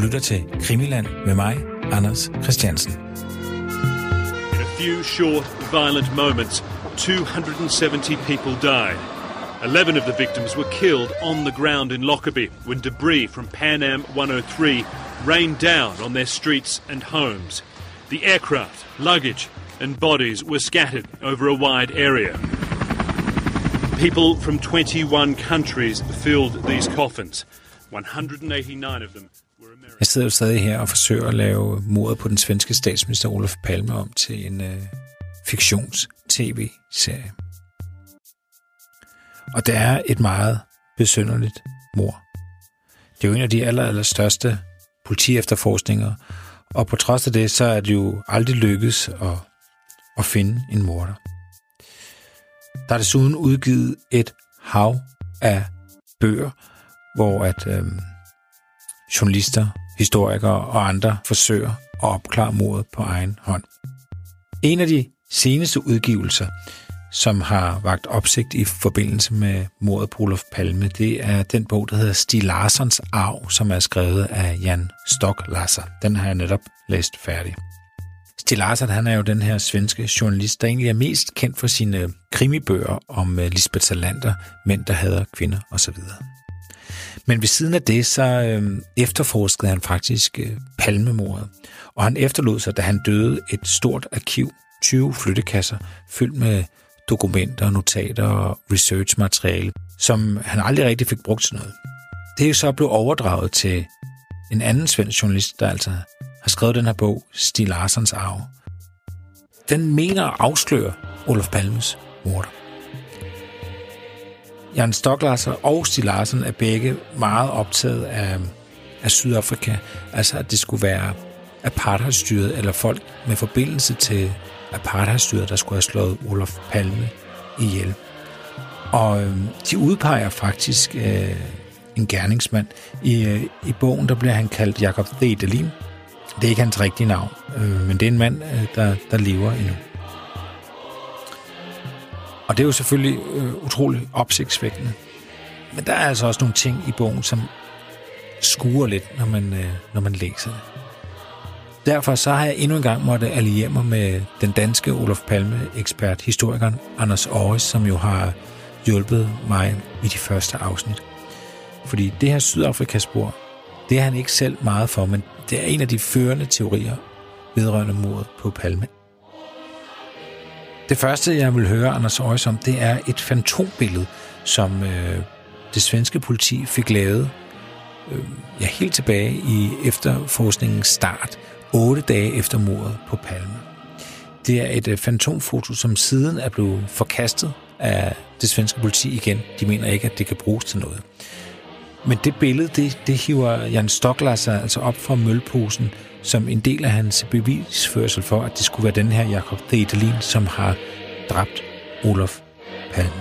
lytter til Krimiland med mig, Anders Christiansen. In a few short, violent moments, 270 people died. 11 of the victims were killed on the ground in Lockerbie when debris from Pan Am 103 rained down on their streets and homes. The aircraft, luggage and bodies were scattered over a wide area. People from 21 countries filled these coffins. 189 of them were American. Jeg sidder jo stadig her og forsøger at lave mordet på den svenske statsminister Olof Palme om til en fiktions-tv-serie. Og det er et meget besynderligt mord. Det er jo en af de allerstørste politiefterforskninger, og på trods af det, så er det jo aldrig lykkedes at finde en morder. Der er desuden udgivet et hav af bøger, hvor at journalister, historikere og andre forsøger at opklare mordet på egen hånd. En af de seneste udgivelser, som har vakt opsigt i forbindelse med mordet på Olof Palme, det er den bog, der hedder Stieg Larssons arv, som er skrevet af Jan Stock-Larsen. Den har jeg netop læst færdig. Stieg Larsson, han er jo den her svenske journalist, der egentlig er mest kendt for sine krimibøger om Lisbeth Salander, mænd, der hader kvinder osv. Men ved siden af det, så efterforskede han faktisk Palmemordet. Og han efterlod sig, da han døde, et stort arkiv, 20 flyttekasser, fyldt med dokumenter, notater og researchmateriale, som han aldrig rigtig fik brugt til noget. Det er jo så blevet overdraget til en anden svensk journalist, der altså har skrevet den her bog, Stieg Larssons arv. Den mener at afsløre Olof Palmes morder. Jan Stock-Larsen og Stieg Larsson er begge meget optaget af Sydafrika, altså at det skulle være apartheidstyret eller folk med forbindelse til apartheidstyret, der skulle have slået Olof Palme ihjel. Og de udpeger faktisk en gerningsmand. I bogen der bliver han kaldt Jacob Thedelin. Det er ikke hans rigtige navn, men det er en mand, der lever endnu. Og det er jo selvfølgelig utroligt opsigtsvækkende. Men der er altså også nogle ting i bogen, som skuer lidt, når man læser det. Derfor så har jeg endnu en gang måtte alliere mig med den danske Olof Palme-ekspert, historikeren Anders Aarhus, som jo har hjulpet mig i de første afsnit. Fordi det her Sydafrikaspor, det er han ikke selv meget for, men det er en af de førende teorier vedrørende mordet på Palme. Det første, jeg vil høre Anders Aarhus om, det er et fantombillede, som det svenske politi fik lavet helt tilbage i efterforskningens start, 8 dage efter mordet på Palme. Det er et fantomfoto, som siden er blevet forkastet af det svenske politi igen. De mener ikke, at det kan bruges til noget. Men det billede, det hiver Jan Stock-Larsen altså op fra mølposen som en del af hans bevisførsel for, at det skulle være den her Jacob Thedelin, som har dræbt Olof Palme.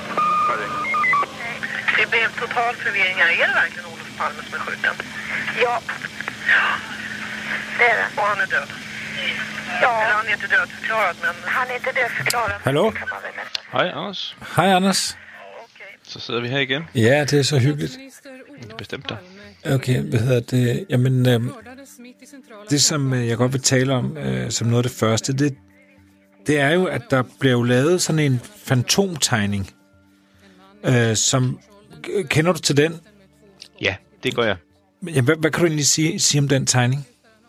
Det blev en total förvirring. Är det verkligen Olof Palme som är skjuten? Ja. Det är det. Och han är död? Ja. Eller han är inte dödförklarad, men... Han är inte dödförklarad. Hallo? Hej, Anders. Hej, Anders. Så sidder vi her igen. Ja, det er så hyggeligt. Bestemt da. Okay, hvad hedder det? Jamen, det som jeg godt vil tale om som noget af det første, det er jo, at der bliver lavet sådan en fantomtegning, som... Kender du til den? Ja, det gør jeg. Ja, hvad kan du egentlig sige om den tegning?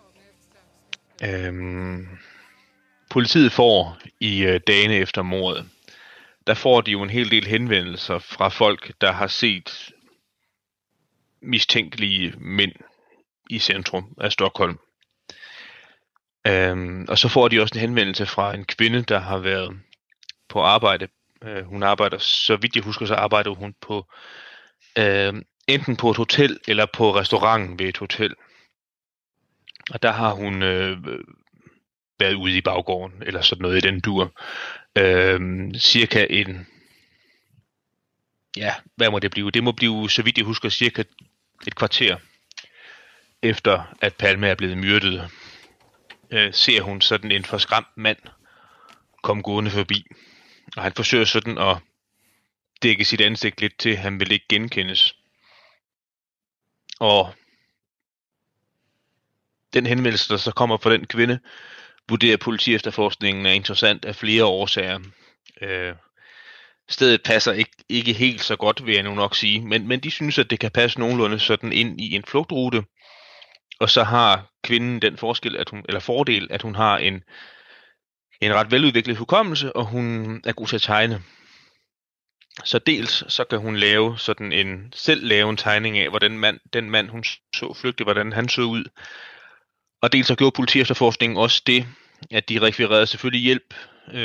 Politiet får i dagene efter mordet, der får de jo en hel del henvendelser fra folk, der har set mistænkelige mænd i centrum af Stockholm. Og så får de også en henvendelse fra en kvinde, der har været på arbejde. Hun arbejder, så vidt jeg husker, så arbejder hun på enten på et hotel eller på restauranten ved et hotel. Og der har hun været ude i baggården, eller sådan noget i den dur. Cirka en... Ja, hvad må det blive? Det må blive, så vidt jeg husker, cirka et kvarter efter, at Palme er blevet myrdet. Ser hun sådan en forskræmt mand komme gående forbi. Og han forsøger sådan at dække sit ansigt lidt til, han vil ikke genkendes. Og den henvendelse, der så kommer fra den kvinde, vurderer politiefterforskningen er interessant af flere årsager. Stedet passer ikke helt så godt, vil jeg nu nok sige, men de synes, at det kan passe nogenlunde sådan ind i en flugtrute, og så har kvinden den fordel, at hun har en ret veludviklet hukommelse, og hun er god til at tegne. Så dels så kan hun selv lave en tegning af, hvordan den mand, hun så flygte, hvordan han så ud. Og dels så gjorde politiefterforskningen også det, at de rekvirerede selvfølgelig hjælp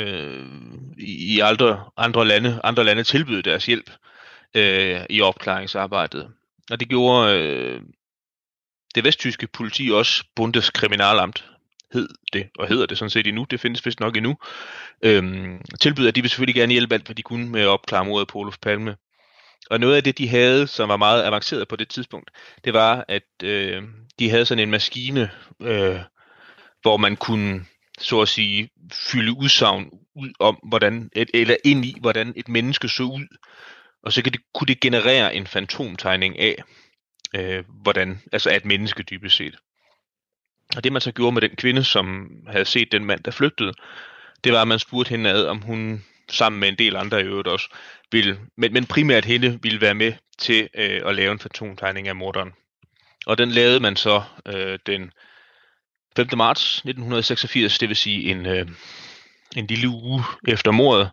i andre lande tilbød deres hjælp i opklaringsarbejdet. Og det gjorde det vesttyske politi også, Bundeskriminalamt hedder det sådan set endnu, det findes vist nok endnu, tilbyder, at de vil selvfølgelig gerne hjælpe alt, hvad de kunne med at opklare mordet på Olof Palme. Og noget af det, de havde, som var meget avanceret på det tidspunkt, det var, at de havde sådan en maskine, hvor man kunne, så at sige, fylde udsagn ud om, hvordan et menneske så ud, og så kunne det generere en fantomtegning af, af et menneske dybest set. Og det man så gjorde med den kvinde, som havde set den mand, der flygtede, det var, at man spurgte hende ad, om hun sammen med en del andre i øvrigt også, men primært hende ville være med til at lave en fantomtegning af morderen. Og den lavede man så den 5. marts 1986, det vil sige en lille uge efter mordet.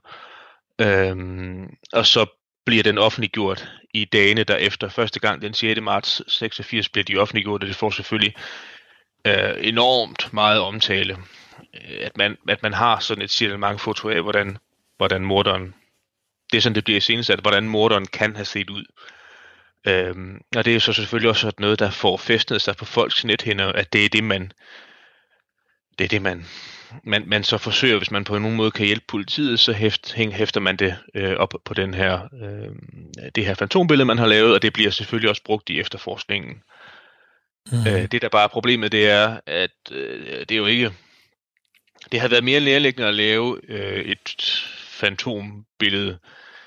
Og så bliver den offentliggjort i dagene derefter. Første gang den 6. marts 86 bliver de offentliggjort, og det får selvfølgelig enormt meget omtale, at man har sådan et signalement-foto af, hvordan morderen, det er sådan, det bliver iscenesat, hvordan morderen kan have set ud. Og det er så selvfølgelig også noget, der får fæstnet sig på folks nethinder, at det er det, man så forsøger, hvis man på nogen måde kan hjælpe politiet, så hæfter man det op på det her fantombillede, man har lavet, og det bliver selvfølgelig også brugt i efterforskningen. Det der bare er problemet, det er, at det er jo ikke... Det har været mere nærliggende at lave et fantombillede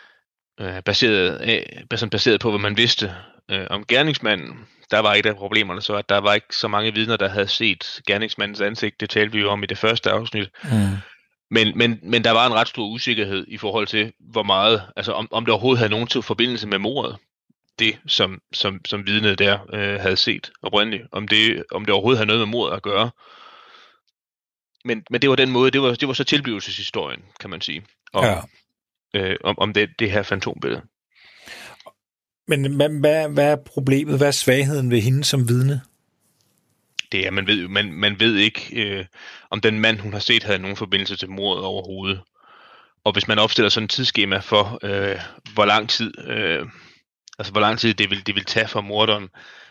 baseret på, hvad man vidste om gerningsmanden. Der var et af problemerne så, at der var ikke så mange vidner, der havde set gerningsmandens ansigt. Det talte vi jo om i det første afsnit. Men der var en ret stor usikkerhed i forhold til, hvor meget, altså om der overhovedet havde nogen til forbindelse med mordet. Det, som vidnet der havde set oprindeligt. Om det overhovedet havde noget med mordet at gøre. Men det var den måde, det var så tilblivelseshistorien, kan man sige. Om det her fantombillede. Men hvad er problemet? Hvad er svagheden ved hende som vidne? Det er, man ved ikke, om den mand, hun har set, havde nogen forbindelse til mordet overhovedet. Og hvis man opstiller sådan et tidsskema for, hvor lang tid det vil tage for morderen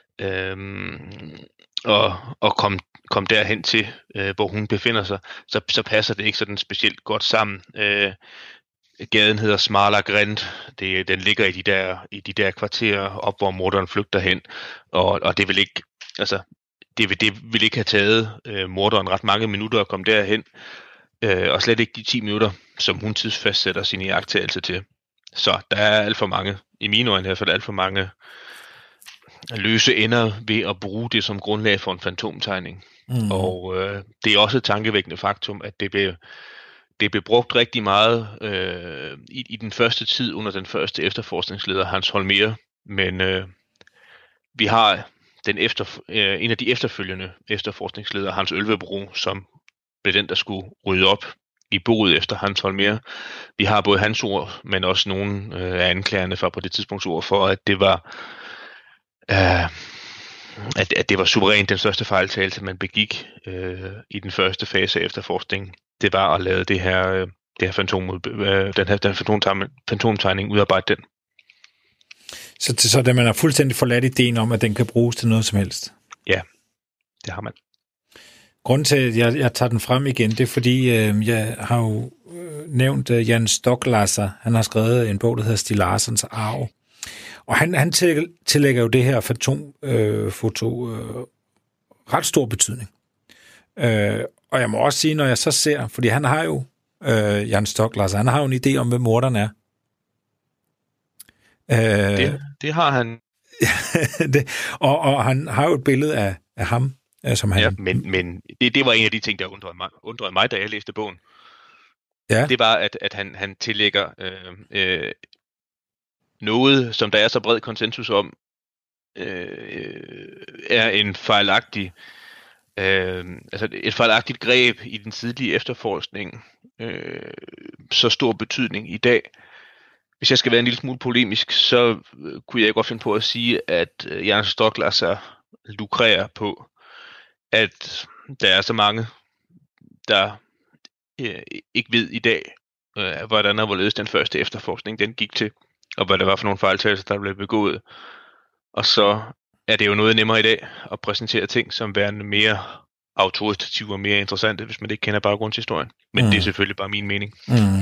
og komme derhen til, hvor hun befinder sig, så passer det ikke sådan specielt godt sammen. Gaden hedder Smaler Gränd. Den ligger i de der kvarterer op, hvor morderen flygter hen, og det vil ikke, altså det vil ikke have taget morderen ret mange minutter at komme derhen, og slet ikke de 10 minutter, som hun tidsfastsætter sin iagttagelse til. Så der er alt for mange, i mine øjne i hvert fald alt for mange løse ender ved at bruge det som grundlag for en fantomtegning. Og det er også et tankevækkende faktum, at det blev brugt rigtig meget i den første tid under den første efterforskningsleder Hans Holmér, men vi har en af de efterfølgende efterforskningsledere, Hans Ølvebro, som blev den, der skulle rydde op i boet efter Hans Holmér. Vi har både hans ord, men også nogle af anklagerne fra på det tidspunkt ord for, at det var at det var suverænt den største fejltagelse, man begik i den første fase af efterforskningen. Det var at lade den her fantomtegning, udarbejde den. Så da man har fuldstændig forladt ideen om, at den kan bruges til noget som helst? Ja, det har man. Grunden til, at jeg tager den frem igen, det er fordi, jeg har jo nævnt Jan Stocklasser. Han har skrevet en bog, der hedder Stieg Larssons arv. Og han tillægger jo det her fantomfoto ret stor betydning. Og jeg må også sige, når jeg så ser, fordi han har jo, Jan Stocklasser, han har jo en idé om, hvem morderen er. Det har han. og han har jo et billede af ham som han... Ja, men det var en af de ting, der undrede mig, da jeg læste bogen. Ja. Det var, at han tillægger noget, som der er så bred konsensus om, er en fejlagtig, altså et fejlagtigt greb i den tidlige efterforskning, så stor betydning i dag. Hvis jeg skal være en lille smule polemisk, så kunne jeg godt finde på at sige, at Jan Stocklasser lukrerer på, at der er så mange, der ikke ved i dag, hvordan og hvorledes den første efterforskning den gik til, og hvad det var for nogle fejltagelser, der blev begået. Og så er det jo noget nemmere i dag at præsentere ting som værende mere autoritative og mere interessante, hvis man ikke kender baggrundshistorien. Men det er selvfølgelig bare min mening.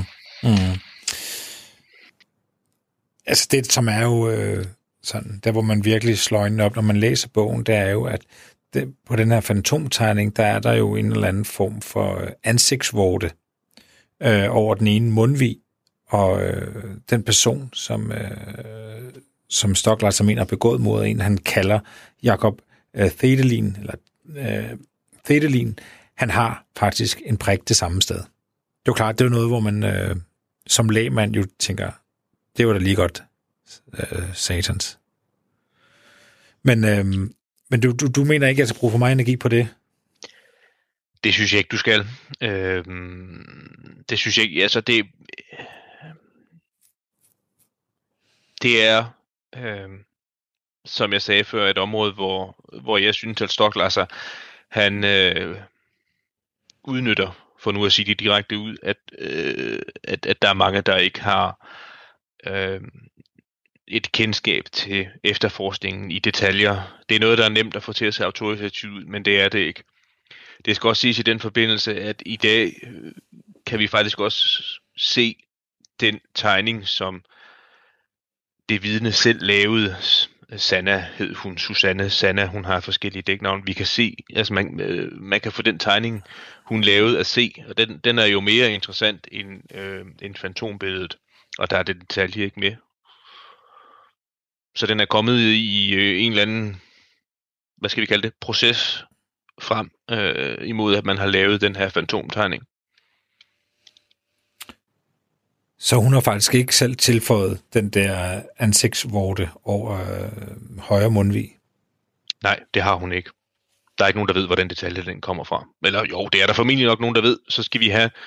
Altså det, som er jo sådan, der hvor man virkelig slår øjnene op, når man læser bogen, det er jo, at på den her fantomtegning, der er der jo en eller anden form for ansigtsvorte over den ene mundvig, og den person, som Stocklasser mener har begået mod en, han kalder Jakob Thedelin, Thedelin, han har faktisk en prik det samme sted. Det er jo klart, det er jo noget, hvor man som lægmand jo tænker, det var da lige godt satans. Men du mener ikke, at jeg skal bruge for meget energi på det? Det synes jeg ikke, du skal. Det synes jeg ikke. Altså det er, som jeg sagde før, et område, hvor jeg synes, at Stocklasser, han udnytter, for nu at sige det direkte ud, at der er mange, der ikke har et kendskab til efterforskningen i detaljer. Det er noget, der er nemt at få til at se autoritativt ud, men det er det ikke. Det skal også siges i den forbindelse, at i dag kan vi faktisk også se den tegning, som det vidne selv lavede. Sanna hed hun, Susanne Sanna, hun har forskellige dæknavne. Vi kan se, altså man kan få den tegning, hun lavede at se, og den er jo mere interessant end fantombilledet, og der er det detalje ikke med. Så den er kommet i en eller anden, hvad skal vi kalde det, proces frem imod, at man har lavet den her fantomtegning. Så hun har faktisk ikke selv tilføjet den der ansigtsvorte over højre mundvig? Nej, det har hun ikke. Der er ikke nogen, der ved, hvor den detalje den kommer fra. Eller jo, det er der formentlig nok nogen, der ved. Så skal vi have...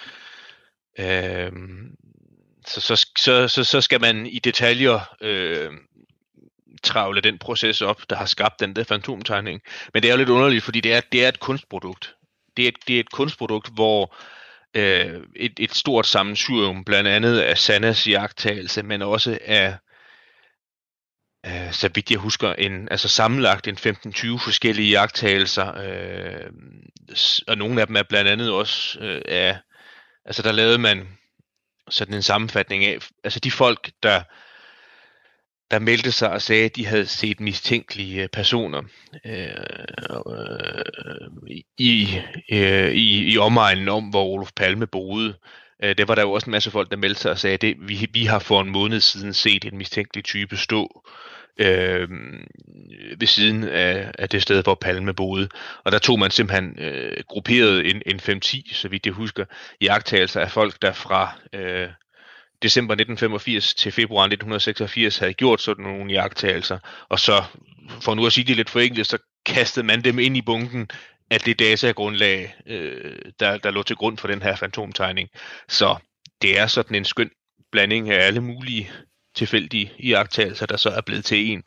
Så skal man i detaljer travle den proces op, der har skabt den der fantomtegning. Men det er jo lidt underligt, fordi det er et kunstprodukt. Det er et kunstprodukt, hvor et stort sammensurium, blandt andet af Sannas iagttagelse, men også af så vidt jeg husker, sammenlagt en 15-20 forskellige iagttagelser, og nogle af dem er blandt andet også der lavede man sådan en sammenfatning af, altså de folk, der meldte sig og sagde, at de havde set mistænkelige personer i omegnen om, hvor Olof Palme boede. Der var der jo også en masse folk, der meldte sig og sagde, at vi har for en måned siden set en mistænkelig type stå ved siden af det sted, hvor Palme boede. Og der tog man simpelthen grupperet en 5-10, så vidt jeg husker, iagttagelser af folk, der fra december 1985 til februar 1986 havde gjort sådan nogle iagttagelser, og så, for nu at sige det lidt forenklet, så kastede man dem ind i bunken af det datagrundlag, der lå til grund for den her fantomtegning. Så det er sådan en skøn blanding af alle mulige tilfældige iagttagelser, der så er blevet til en.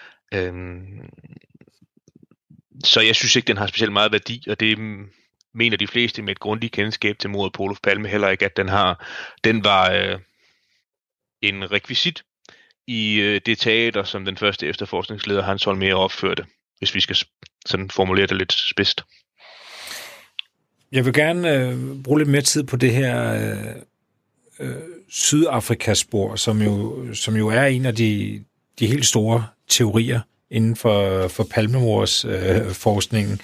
Så jeg synes ikke, den har specielt meget værdi, og det mener de fleste med et grundigt kendskab til mordet på Olof Palme heller ikke, at den har. Den var en rekvisit i det teater, som den første efterforskningsleder Hans Holmér opførte, hvis vi skal sådan formulere det lidt spidst. Jeg vil gerne bruge lidt mere tid på det her Sydafrikaspor, som jo er en af de helt store teorier inden for Palmemords forskningen.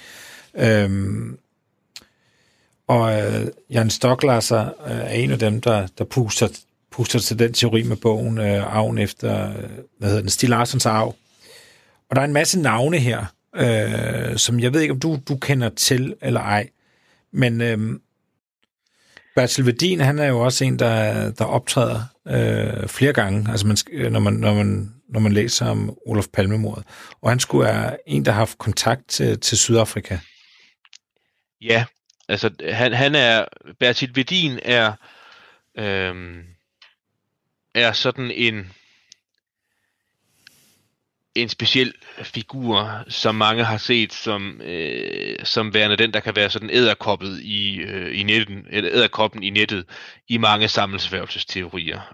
Og Jan Stocklasser er en af dem, der puster til den teori med bogen Arven efter, Stieg Larssons arv. Og der er en masse navne her, som jeg ved ikke, om du kender til eller ej. Men Bertil Wedin, han er jo også en, der optræder flere gange, altså når man læser om Olof Palme-mordet. Og han skulle være en, der har haft kontakt til Sydafrika. Ja, altså han er, Bertil Wedin er sådan en speciel figur, som mange har set som værende den, der kan være sådan edderkoppet i netten, eller edderkoppen i nettet i mange sammensværgelsesteorier.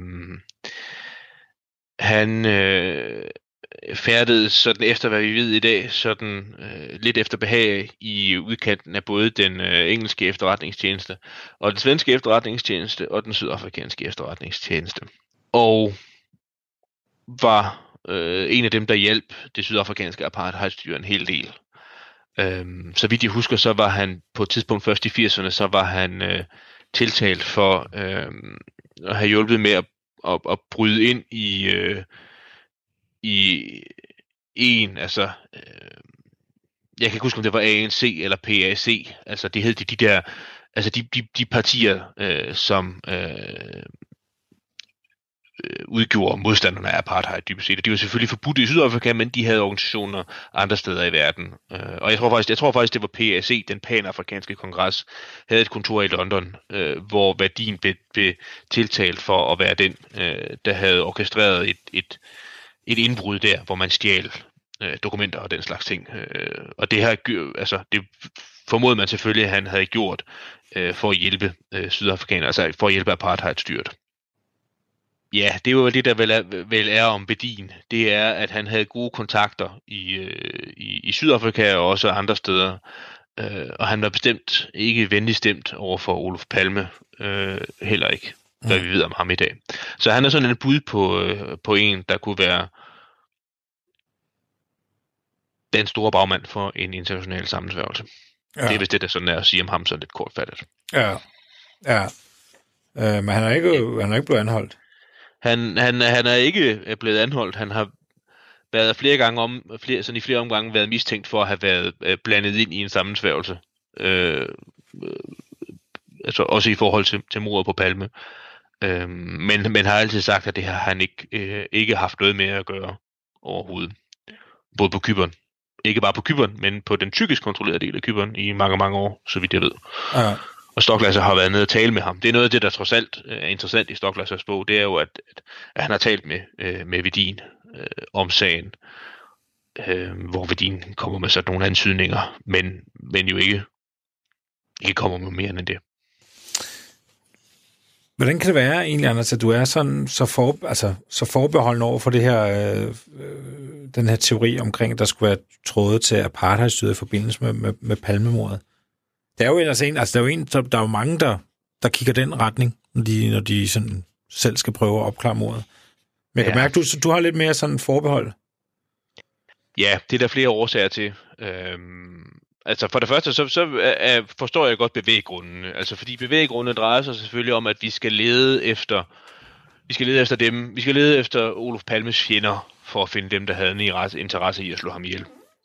Han færdedes sådan efter, hvad vi ved i dag, sådan lidt efter behag i udkanten af både den engelske efterretningstjeneste og den svenske efterretningstjeneste og den sydafrikanske efterretningstjeneste. Og var en af dem, der hjalp det sydafrikanske apartheidstyre en hel del. Så vidt jeg husker, så var han på et tidspunkt først i 80'erne, så var han tiltalt for at have hjulpet med at bryde ind i en, altså jeg kan ikke huske, om det var ANC eller PAC, altså det hed de der, altså de partier, som udgjorde modstanderne af apartheid dybest set. De var selvfølgelig forbudt i Sydafrika, men de havde organisationer andre steder i verden. Og jeg tror faktisk, det var PAC, den panafrikanske kongres, havde et kontor i London, hvor Wedin blev tiltalt for at være den, der havde orkestreret et indbrud der, hvor man stjal dokumenter og den slags ting. Og det her, altså det formodede man selvfølgelig, at han havde gjort for at hjælpe sydafrikanere, altså for at hjælpe apartheidstyret. Ja, det var det, der vel er om Wedin. Det er, at han havde gode kontakter i Sydafrika og også andre steder. Og han var bestemt ikke venlig stemt over for Olof Palme, heller ikke, hvad vi ved om ham i dag. Så han er sådan en bud på en, der kunne være den store bagmand for en international sammensværgelse. Ja. Det er vist det, der sådan er at sige om ham, så lidt kortfattet. Ja. Men han er ikke blevet anholdt. Han er ikke blevet anholdt. Han har været i flere omgange været mistænkt for at have været blandet ind i en sammensværgelse. Altså også i forhold til mordet på Palme. Men har altid sagt, at det har han ikke haft noget med at gøre overhovedet. Både på Cypern. Ikke bare på Cypern, men på den tyrkisk kontrollerede del af Cypern i mange, mange år, så vidt jeg ved. Ja. Og Stoklasser har været nede og tale med ham. Det er noget af det, der trods alt er interessant i Stoklassers bog. Det er jo, at han har talt med Wedin om sagen, hvor Wedin kommer med sådan nogle antydninger, men jo ikke kommer med mere end det. Hvordan kan det være egentlig, Anders, at du er sådan så forbeholden over for det her, den her teori omkring, at der skulle være tråde til apartheidstyret i forbindelse med Palmemordet? Det er jo der er jo mange, der kigger den retning, når de sådan selv skal prøve at opklare mordet. Men jeg kan mærke, du har lidt mere sådan forbehold. Ja, det er der flere årsager til. Altså for det første, så forstår jeg godt bevæggrunden. Altså fordi bevæggrunden drejer sig selvfølgelig om, at vi skal lede efter dem. Vi skal lede efter Olof Palmes fjender for at finde dem, der havde en interesse i at slå ham ihjel.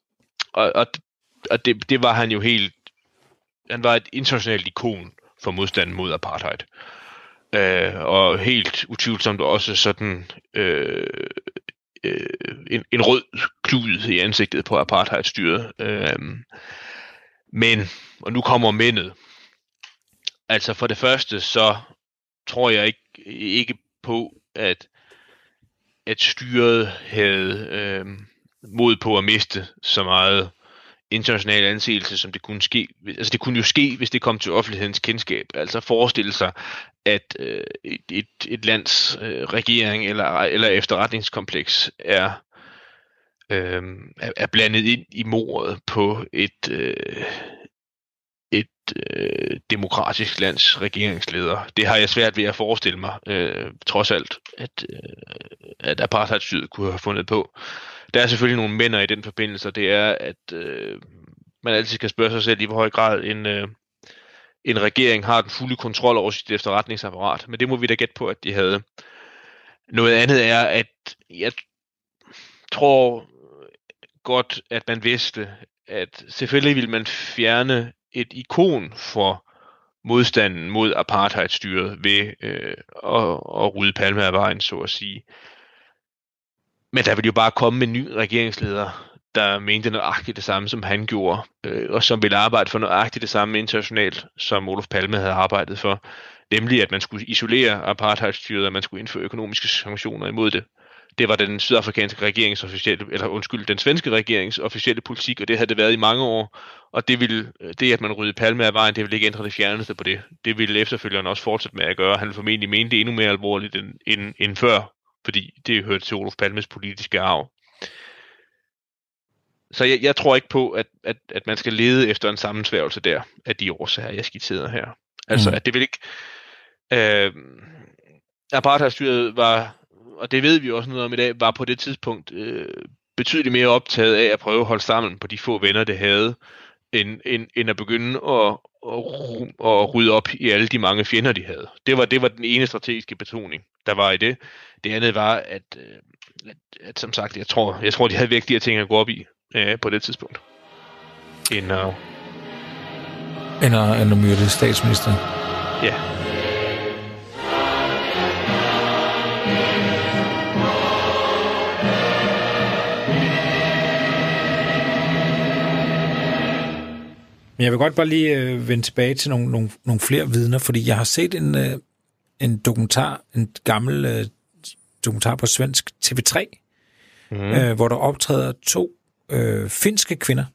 Og det var han jo helt. Han var et internationalt ikon for modstanden mod apartheid. Og helt utvivlsomt også sådan en rød klud i ansigtet på apartheidstyret. Men, og nu kommer mendet. Altså for det første, så tror jeg ikke på, at styret havde mod på at miste så meget international anseelse, som det kunne ske. Altså det kunne jo ske, hvis det kom til offentlighedens kendskab. Altså forestille sig, at et lands regering eller efterretningskompleks er blandet ind i mordet på et demokratisk lands regeringsleder. Det har jeg svært ved at forestille mig, trods alt, at apartheidstyret kunne have fundet på. Der er selvfølgelig nogle mænd i den forbindelse, og det er, at man altid kan spørge sig selv, i hvor høj grad en regering har den fulde kontrol over sit efterretningsapparat. Men det må vi da gætte på, at de havde. Noget andet er, at jeg tror godt, at man vidste, at selvfølgelig ville man fjerne et ikon for modstanden mod apartheidstyret ved at rydde Palme af vejen, så at sige. Men der ville jo bare komme en ny regeringsleder, der mente nøjagtigt det samme, som han gjorde, og som ville arbejde for nøjagtigt det samme internationalt, som Olof Palme havde arbejdet for. Nemlig, at man skulle isolere apartheidstyret, og man skulle indføre økonomiske sanktioner imod det. Det var den sydafrikanske regerings den svenske regerings officielle politik, og det havde det været i mange år. Og det at man ryddede Palme af vejen, det ville ikke ændre det fjerneste på det. Det ville efterfølgeren også fortsætte med at gøre. Han ville formentlig mene det endnu mere alvorligt end før, fordi det hørte til Olof Palmes politiske arv. Så jeg tror ikke på, at man skal lede efter en sammensværgelse der af de årsager, jeg skitserede her. Altså, at det vil ikke... apartheidstyret var, og det ved vi også noget om i dag, var på det tidspunkt betydeligt mere optaget af at prøve at holde sammen på de få venner, det havde, end at begynde at rydde op i alle de mange fjender, de havde. Det var den ene strategiske betoning, der var i det. Det andet var, at som sagt, jeg tror, de havde vigtigere ting at gå op i på det tidspunkt. End at myrde statsministeren. Ja. Men jeg vil godt bare lige vende tilbage til nogle flere vidner, fordi jeg har set en dokumentar, en gammel dokumentar på svensk TV3, hvor der optræder 2 finske kvinder,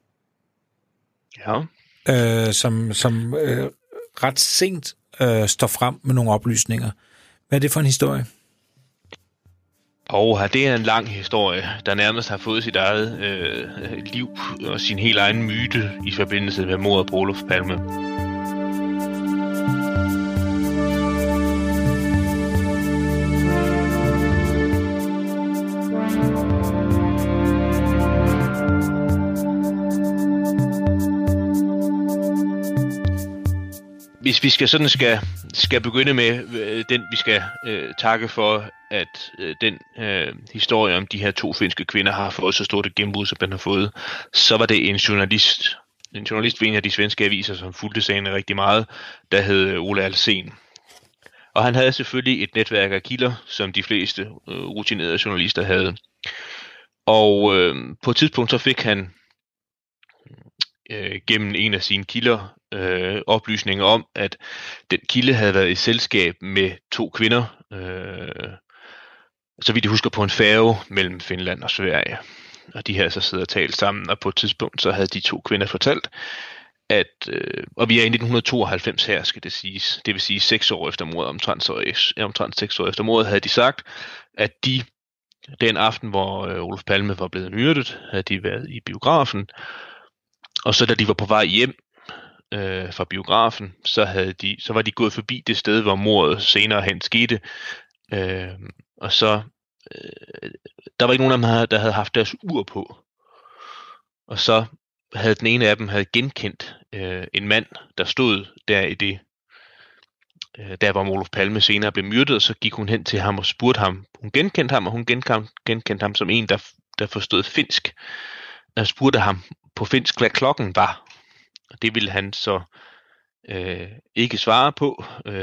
som ret sent står frem med nogle oplysninger. Hvad er det for en historie? Det er en lang historie, der nærmest har fået sit eget liv og sin helt egen myte i forbindelse med mordet på Olof Palme. Hvis vi skal begynde med den, vi skal takke for, at den historie om de her 2 finske kvinder har fået så stort et gennembrud, som den har fået, så var det en journalist ved en af de svenske aviser, som fulgte sagen rigtig meget, der hed Ole Alsen. Og han havde selvfølgelig et netværk af kilder, som de fleste rutinerede journalister havde. Og på et tidspunkt så fik han gennem en af sine kilder oplysninger om, at den kilde havde været i selskab med 2 kvinder, så vidt jeg husker, på en færge mellem Finland og Sverige. Og de havde så siddet og talt sammen, og på et tidspunkt så havde de 2 kvinder fortalt, at, og vi er i 1992 her, skal det siges, det vil sige 6 år efter mordet, omtrent 6 år efter mordet, havde de sagt, at de den aften, hvor Olof Palme var blevet myrdet, havde de været i biografen, og så da de var på vej hjem fra biografen, så var de gået forbi det sted, hvor mordet senere hen skete, og så der var ikke nogen af dem, der havde haft deres ur på, og så havde den ene af dem genkendt en mand, der stod der i det, der hvor Olof Palme senere blev myrdet, og så gik hun hen til ham og spurgte ham. Hun genkendte ham, og hun genkendte ham som en, der forstod finsk. Og spurgte ham på finsk, hvad klokken var. Og det ville han så ikke svare på,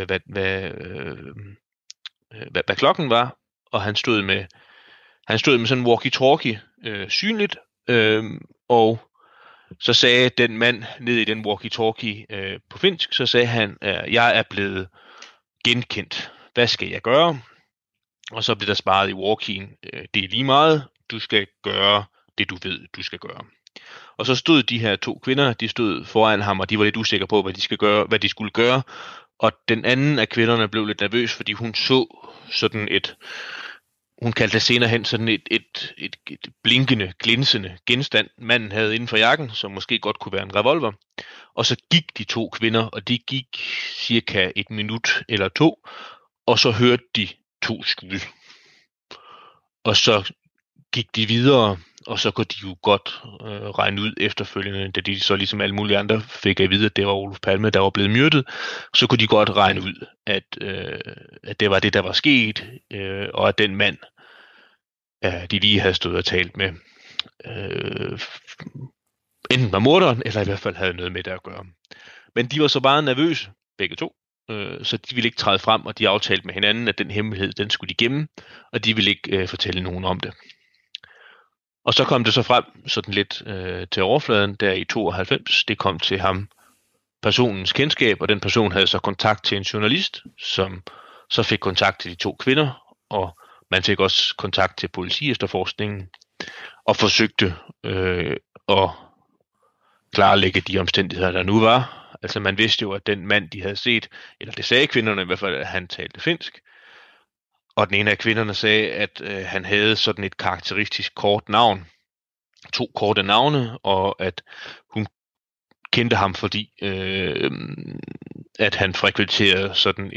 hvad klokken var. Og han stod med sådan en walkie-talkie synligt, og så sagde den mand ned i den walkie-talkie på finsk, så sagde han, jeg er blevet genkendt. Hvad skal jeg gøre? Og så blev der sparet i walkien. Det er lige meget. Du skal gøre det, du ved, du skal gøre. Og så stod de her 2 kvinder, de stod foran ham, og de var lidt usikre på, hvad de skulle gøre. Og den anden af kvinderne blev lidt nervøs, fordi hun så sådan hun kaldte det senere hen sådan et blinkende, glinsende genstand, manden havde inden for jakken, som måske godt kunne være en revolver. Og så gik de 2 kvinder, og de gik cirka 1 minut eller 2, og så hørte de 2 skud. Og så gik de videre, og så kunne de jo godt regne ud efterfølgende, da de så ligesom alle mulige andre fik at vide, at det var Olof Palme, der var blevet myrdet, så kunne de godt regne ud, at det var det, der var sket, og at den mand, de lige havde stået og talt med, enten var morderen, eller i hvert fald havde noget med det at gøre. Men de var så bare nervøse, begge to, så de ville ikke træde frem, og de aftalte med hinanden, at den hemmelighed, den skulle de gemme, og de ville ikke fortælle nogen om det. Og så kom det så frem sådan lidt til overfladen, der i 92, det kom til ham, personens kendskab, og den person havde så kontakt til en journalist, som så fik kontakt til de to kvinder, og man fik også kontakt til politi-efterforskningen, og forsøgte at klarlægge de omstændigheder, der nu var. Altså man vidste jo, at den mand, de havde set, eller det sagde kvinderne i hvert fald, at han talte finsk, og den ene af kvinderne sagde, at han havde sådan et karakteristisk kort navn, 2 korte navne, og at hun kendte ham, fordi at han frekventerede sådan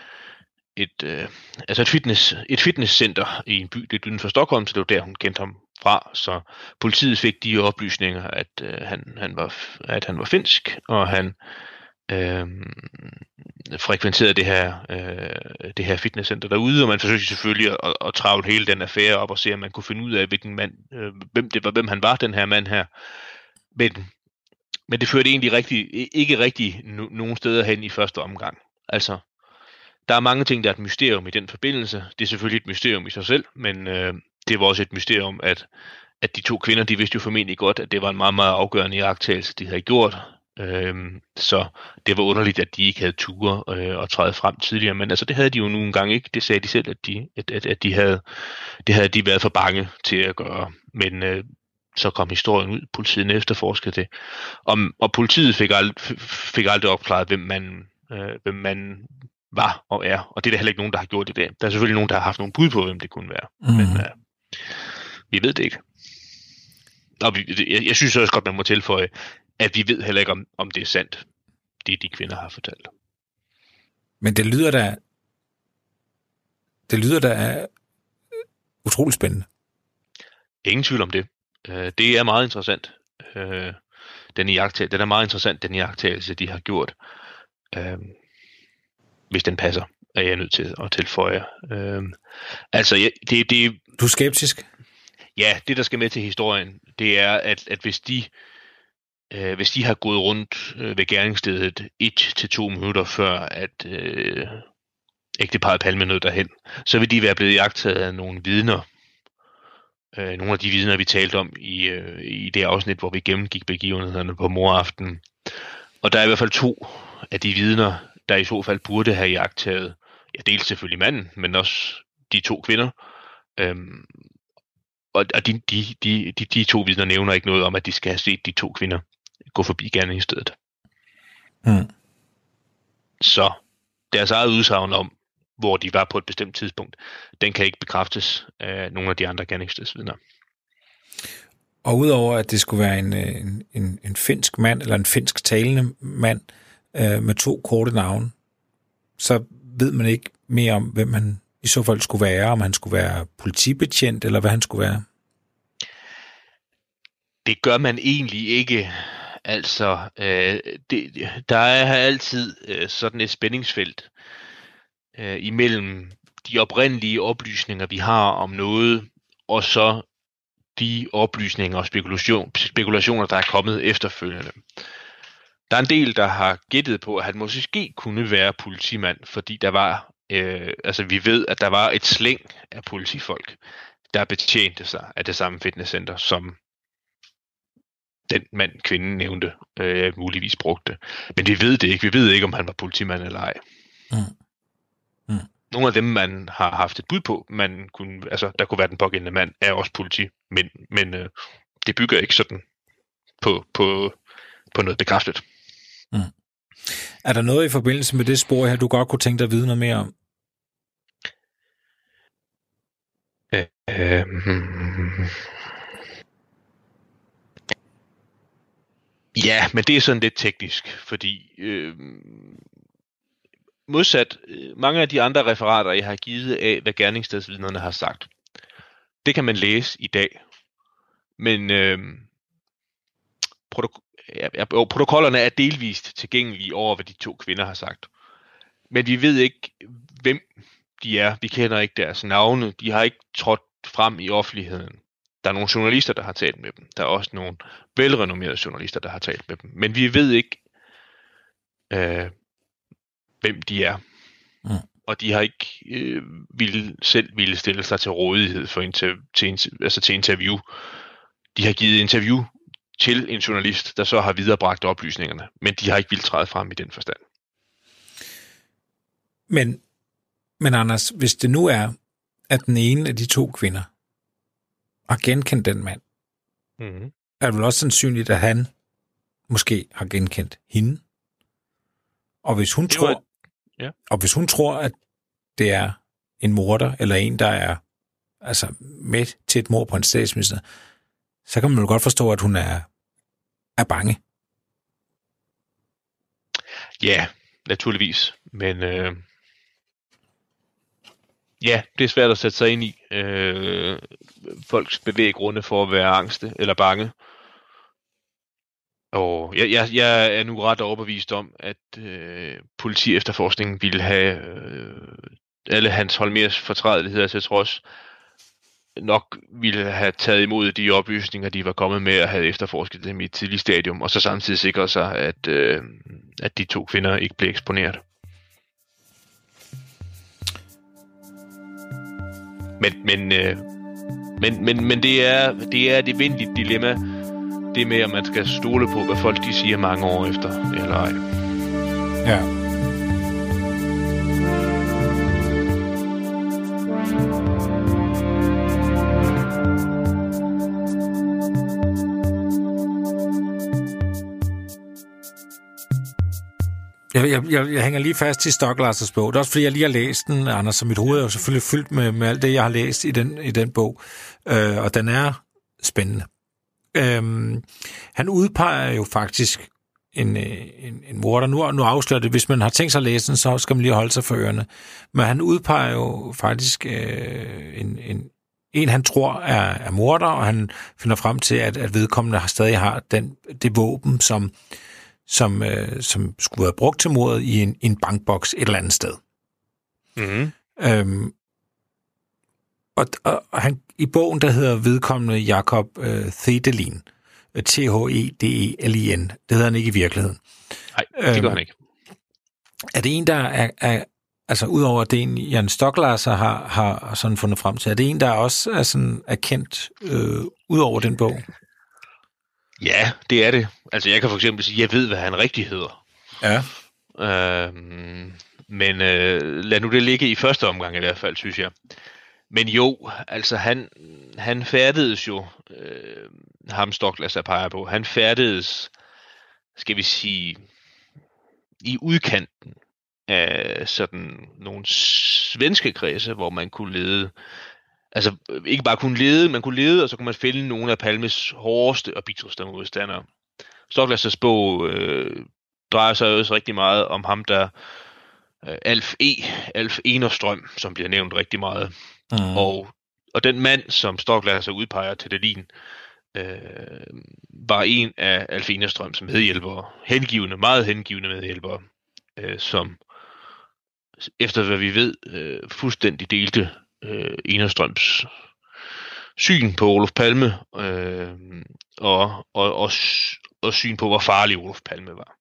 et fitnesscenter i en by lidt uden for Stockholm, så det var der, hun kendte ham fra. Så politiet fik de oplysninger, at han var finsk, og han frekventerede det her fitnesscenter derude, og man forsøgte selvfølgelig at travle hele den affære op og se, om man kunne finde ud af, hvilken mand, hvem han var, den her mand her. Men det førte egentlig ikke rigtig nogen steder hen i første omgang. Altså, der er mange ting, der er et mysterium i den forbindelse. Det er selvfølgelig et mysterium i sig selv, men det var også et mysterium, at de to kvinder, de vidste jo formentlig godt, at det var en meget, meget afgørende iagttagelse, de havde gjort. Så det var underligt, at de ikke havde ture og træde frem tidligere, men altså det havde de jo nogle gange ikke. Det sagde de selv, at de havde været for bange til at gøre. Men så kom historien ud, politiet efterforskede det, og politiet fik aldrig opklaret, hvem man var og er, og det er der heller ikke nogen, der har gjort det der. Der er selvfølgelig nogen, der har haft nogle bud på, hvem det kunne være, men vi ved det ikke. Og jeg synes også godt, man må tilføje, at vi ved heller ikke, om det er sandt, det de kvinder har fortalt. Men det lyder da utroligt spændende. Ingen tvivl om det. Det er meget interessant. Den er meget interessant, den iagttagelse, de har gjort. Hvis den passer, er jeg nødt til at tilføje. Du er skeptisk? Ja, det der skal med til historien, det er, at hvis de har gået rundt ved gerningsstedet 1-2 minutter før, at ægteparret Palme nåede derhen, så vil de være blevet iagttaget af nogle vidner. Nogle af de vidner, vi talte om i det afsnit, hvor vi gennemgik begivenhederne på moraften. Og der er i hvert fald 2 af de vidner, der i så fald burde have iagttaget, ja, dels selvfølgelig manden, men også de 2 kvinder. Og de 2 vidner nævner ikke noget om, at de skal have set de 2 kvinder gå forbi gerningsstedet. Så deres eget udsagn om, hvor de var på et bestemt tidspunkt, den kan ikke bekræftes af nogle af de andre gerningsstedsvidner. Og udover at det skulle være en finsk mand, eller en finsk talende mand, med 2 korte navne, så ved man ikke mere om, hvem han i så fald skulle være, om han skulle være politibetjent, eller hvad han skulle være. Det gør man egentlig ikke. Altså, der er altid sådan et spændingsfelt imellem de oprindelige oplysninger, vi har om noget, og så de oplysninger og spekulationer, der er kommet efterfølgende. Der er en del, der har gættet på, at han måske kunne være politimand, fordi der var, vi ved, at der var et slæng af politifolk, der betjente sig af det samme fitnesscenter, som den mand, kvinden nævnte, muligvis brugte. Men vi ved det ikke. Vi ved ikke, om han var politimand eller ej. Nogle af dem, man har haft et bud på, der kunne være den pågældende mand, er også politi, men det bygger ikke sådan på noget bekræftet. Er der noget i forbindelse med det spor her, du godt kunne tænke dig at vide noget mere om? Ja, men det er sådan lidt teknisk, fordi modsat mange af de andre referater, jeg har givet af, hvad gerningsstedsvidnerne har sagt, det kan man læse i dag. Men protokollerne er delvist tilgængelige over, hvad de 2 kvinder har sagt. Men vi ved ikke, hvem de er. Vi kender ikke deres navne. De har ikke trådt frem i offentligheden. Der er nogle journalister, der har talt med dem. Der er også nogle velrenommerede journalister, der har talt med dem. Men vi ved ikke, hvem de er. Mm. Og de har ikke selv ville stille sig til rådighed for til interview. De har givet interview til en journalist, der så har viderebragt oplysningerne. Men de har ikke vildt træde frem i den forstand. Men Anders, hvis det nu er, at den ene af de to kvinder har genkendt den mand, er det vel også sandsynligt, at han måske har genkendt hende. Og hvis hun hvis hun tror, at det er en morder, eller en, der er altså med til et mord på en statsminister, så kan man jo godt forstå, at hun er bange. Ja, naturligvis. Men ja, det er svært at sætte sig ind i. Folks bevæggrunde for at være angste eller bange. Og jeg er nu ret overbevist om, at politiefterforskningen ville have alle Hans Holmers fortrædeligheder til trods, nok ville have taget imod de oplysninger, de var kommet med, og havde efterforsket dem i et tidligt stadium, og så samtidig sikret sig, at de to kvinder ikke blev eksponeret. Men det er et evindeligt dilemma, det med, at man skal stole på, hvad folk de siger mange år efter, eller ej. Ja. Jeg hænger lige fast i Stoklasers bog. Det er også fordi, jeg lige har læst den, Anders, så mit hoved er jo selvfølgelig fyldt med alt det, jeg har læst i den bog. Og den er spændende. Han udpeger jo faktisk en morder. Nu afslører det, hvis man har tænkt sig at læse den, så skal man lige holde sig for ørerne. Men han udpeger jo faktisk en han tror er morder, og han finder frem til, at vedkommende stadig har det våben, som skulle være brugt til mordet i en bankboks et eller andet sted. Mm-hmm. Og han, i bogen, der hedder vedkommende Jakob Thedelin, Thedelin. Det hedder han ikke i virkeligheden. Nej, det gør han ikke. Er det en, der er altså udover det en, Jan Stoklasser har sådan fundet frem til, er det en, der også er sådan erkendt udover den bog? Ja, det er det. Altså, jeg kan for eksempel sige, at jeg ved, hvad han rigtig hedder. Ja. Men lad nu det ligge i første omgang i hvert fald, synes jeg. Men jo, altså han færdedes jo, ham Stoklasser peger på, han færdedes, skal vi sige, i udkanten af sådan nogle svenske kredse, hvor man kunne lede, altså ikke bare kunne lede, man kunne lede, og så kunne man fælde nogle af Palmes hårdeste og bitterste modstandere. Stoklassers bog drejer sig også rigtig meget om ham, der Alf Enerstrøm, som bliver nævnt rigtig meget. Mm. Og den mand, som Stoklasser udpeger til Thedelin, var en af Alf Enerstrøms medhjælpere, meget hengivende medhjælpere, som efter hvad vi ved, fuldstændig delte Enerstrøms syn på Olof Palme, og syn på, hvor farlig Olof Palme var.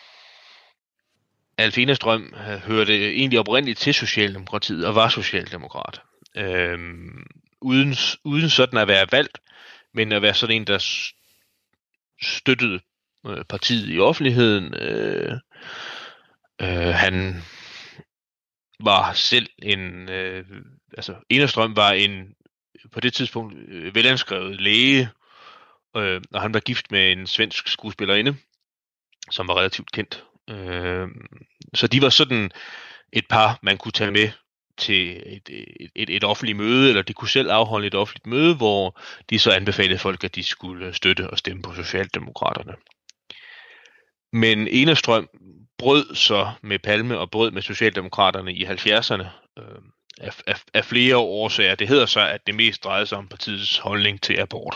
Alf Enerstrøm hørte egentlig oprindeligt til Socialdemokratiet og var socialdemokrat. Uden sådan at være valgt, men at være sådan en, der støttede partiet i offentligheden. Han var selv Enerstrøm var på det tidspunkt velanskrevet læge, og han var gift med en svensk skuespillerinde, som var relativt kendt. Så de var sådan et par, man kunne tage med til et offentligt møde, eller de kunne selv afholde et offentligt møde, hvor de så anbefalede folk, at de skulle støtte og stemme på Socialdemokraterne. Men Enerstrøm brød så med Palme og brød med Socialdemokraterne i 70'erne af flere årsager. Det hedder så, at det mest drejede sig om partiets holdning til abort.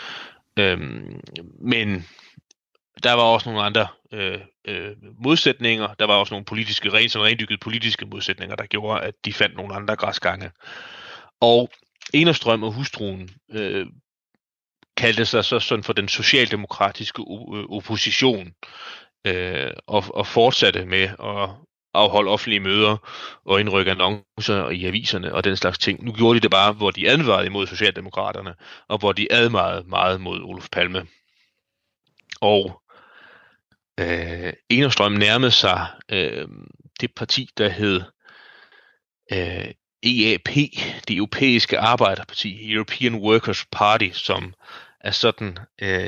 Men der var også nogle andre modsætninger. Der var også nogle rendyrkede politiske modsætninger, der gjorde, at de fandt nogle andre græsgange. Og Enerstrøm og hustruen kaldte sig så sådan for den socialdemokratiske opposition, og fortsatte med at afholde offentlige møder og indrykke annoncer i aviserne og den slags ting. Nu gjorde de det bare, hvor de advarede imod Socialdemokraterne, og hvor de advarede meget mod Olof Palme. Og Enerstrøm nærmede sig det parti, der hed EAP, det europæiske arbejderparti, European Workers' Party, som er sådan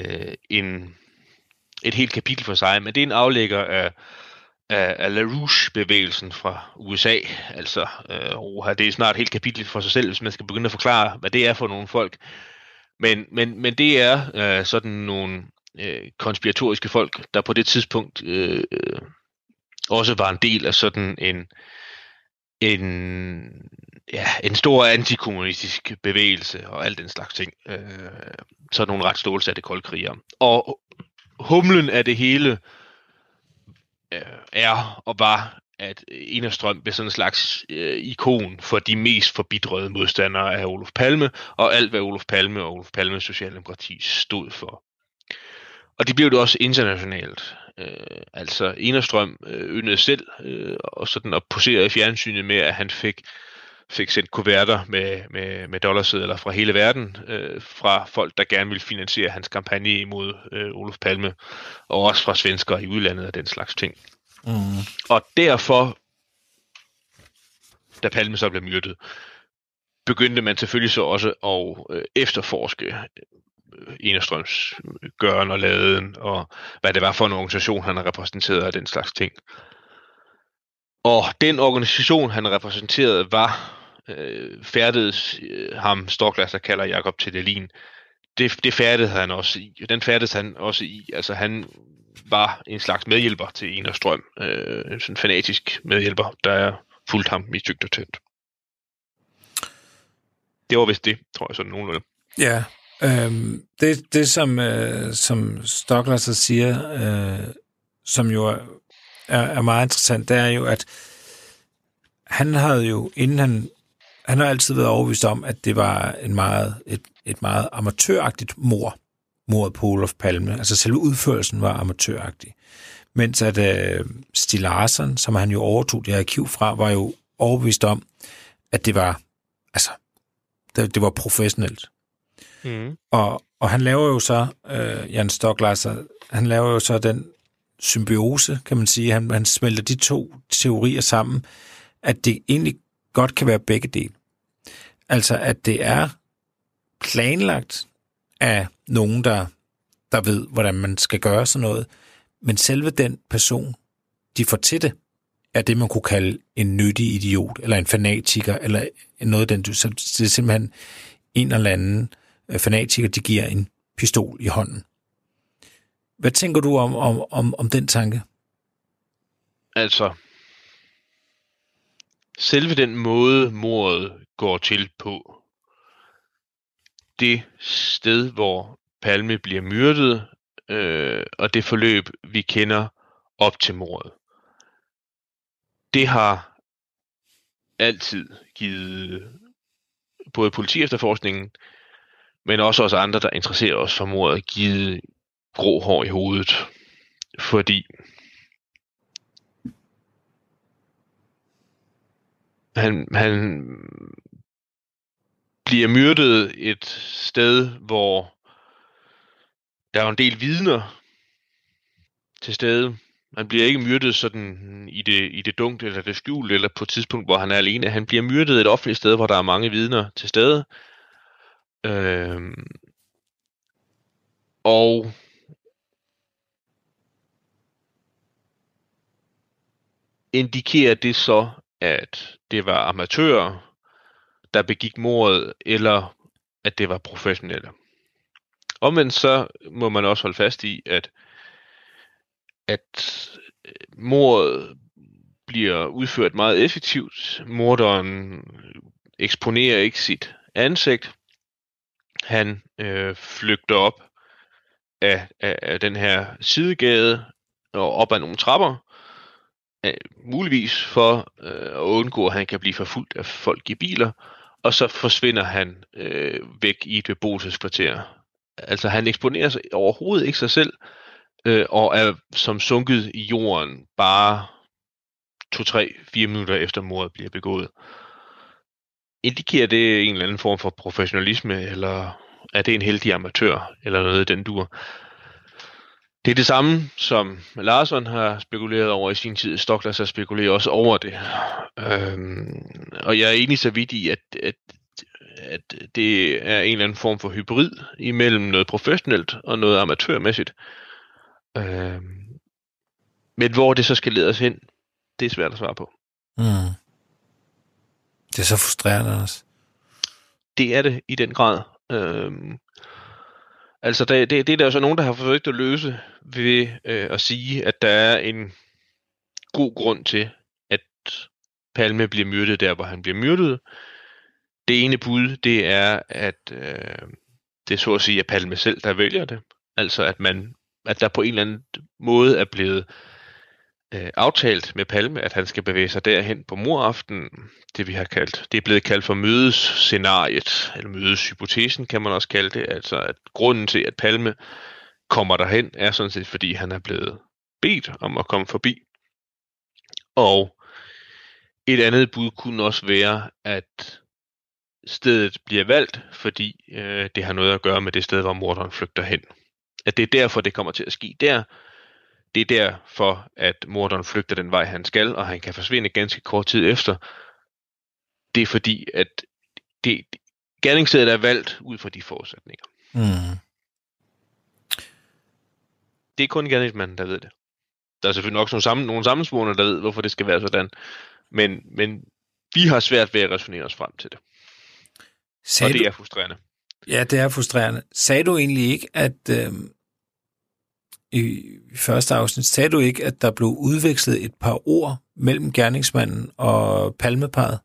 et helt kapitel for sig, men det er en aflægger af LaRouche-bevægelsen fra USA. Altså, det er snart et helt kapitel for sig selv, hvis man skal begynde at forklare, hvad det er for nogle folk. Men det er sådan nogle konspiratoriske folk, der på det tidspunkt også var en del af sådan en stor antikommunistisk bevægelse og alt den slags ting. Sådan nogle ret stålsatte koldkrigere. Og humlen af det hele er og var, at Enerstrøm blev sådan en slags ikon for de mest forbitrede modstandere af Olof Palme, og alt hvad Olof Palme og Olof Palmes Socialdemokrati stod for. Og det blev det også internationalt. Altså Enerstrøm yndede selv og sådan at posere i fjernsynet med, at han fik sendt kuverter med dollarsedler fra hele verden, fra folk, der gerne ville finansiere hans kampagne imod Olof Palme, og også fra svenskere i udlandet og den slags ting. Mm. Og derfor, da Palme så blev myrdet, begyndte man selvfølgelig så også at efterforske Enerstrøms gøren og laden, og hvad det var for en organisation, han repræsenterede og den slags ting. Og den organisation, han repræsenterede, var færdedes ham Stoklasser kalder Jakob Tedelin. Det færdedes han også i. Den færdedes han også i. Altså han var en slags medhjælper til Enerstrøm. En sådan fanatisk medhjælper, der fulgte ham i tykt og tyndt. Det var vist det, tror jeg, sådan nogenlunde. Ja, det som Stoklasser siger, som jo er meget interessant, det er jo, at han havde jo, inden han har altid været overbevist om, at det var et meget amatøragtigt mordet på Olof Palme. Altså selve udførelsen var amatøragtig. Mens at Stieg Larsson, som han jo overtog det arkiv fra, var jo overbevist om, at det var, altså, det var professionelt. Mm. Og han laver jo så, Jan Stoklasser, han laver jo så den symbiose, kan man sige. Han smelter de to teorier sammen, at det egentlig godt kan være begge dele. Altså, at det er planlagt af nogen, der ved, hvordan man skal gøre sådan noget, men selve den person, de får til det, er det, man kunne kalde en nyttig idiot, eller en fanatiker, eller noget den. Så det er simpelthen en eller anden fanatiker, de giver en pistol i hånden. Hvad tænker du om den tanke? Altså, selve den måde, mordet går til på, det sted, hvor Palme bliver myrdet, og det forløb, vi kender op til mordet, det har altid givet både politiefterforskningen, men også os andre, der interesserer os for mordet, givet grå hår i hovedet. Fordi han bliver myrdet et sted, hvor der er en del vidner til stede. Han bliver ikke myrdet sådan i det dunkle eller det skjulte, eller på et tidspunkt, hvor han er alene. Han bliver myrdet et offentligt sted, hvor der er mange vidner til stede. Og indikerer det så, at det var amatører, der begik mordet, eller at det var professionelle. Omvendt så må man også holde fast i, at mordet bliver udført meget effektivt. Morderen eksponerer ikke sit ansigt. Han flygter op af den her sidegade og op ad nogle trapper, muligvis for at undgå, at han kan blive forfulgt af folk i biler, og så forsvinder han væk i et beboelseskvarter Altså han eksponerer sig overhovedet ikke sig selv, og er som sunket i jorden bare 2, 3, 4 minutter efter mordet bliver begået. Indikerer det en eller anden form for professionalisme, eller er det en heldig amatør, eller noget i den dur? Det er det samme, som Larsson har spekuleret over i sin tid. Stoklas har spekuleret også over det. Og jeg er enig så vidt i, at det er en eller anden form for hybrid imellem noget professionelt og noget amatørmæssigt. Men hvor det så skal lede os hen, det er svært at svare på. Mm. Det er så frustrerende også. Det er det i den grad. Altså, det er der jo så nogen, der har forsøgt at løse ved at sige, at der er en god grund til, at Palme bliver myrdet der, hvor han bliver myrdet. Det ene bud, det er, at det er så at sige, at Palme selv, der vælger det. Altså, at der på en eller anden måde er blevet aftalt med Palme, at han skal bevæge sig derhen på moraften. Det vi har kaldt, det er blevet kaldt for mødesscenariet, eller mødeshypotesen kan man også kalde det. Altså, at grunden til, at Palme kommer derhen, er sådan set, fordi han er blevet bedt om at komme forbi. Og et andet bud kunne også være, at stedet bliver valgt, fordi det har noget at gøre med det sted, hvor morderen flygter hen. At det er derfor, det kommer til at ske der. Det er derfor, at morderen flygter den vej, han skal, og han kan forsvinde ganske kort tid efter. Det er fordi, at gerningsstedet er valgt ud fra de forudsætninger. Mm. Det er kun gerningsmanden, der ved det. Der er selvfølgelig nok nogle sammensvorne, der ved, hvorfor det skal være sådan. Men vi har svært ved at resonere os frem til det. Og det er frustrerende. Ja, det er frustrerende. Sagde du egentlig ikke, at i første afsnit, sagde du ikke, at der blev udvekslet et par ord mellem gerningsmanden og Palmeparret?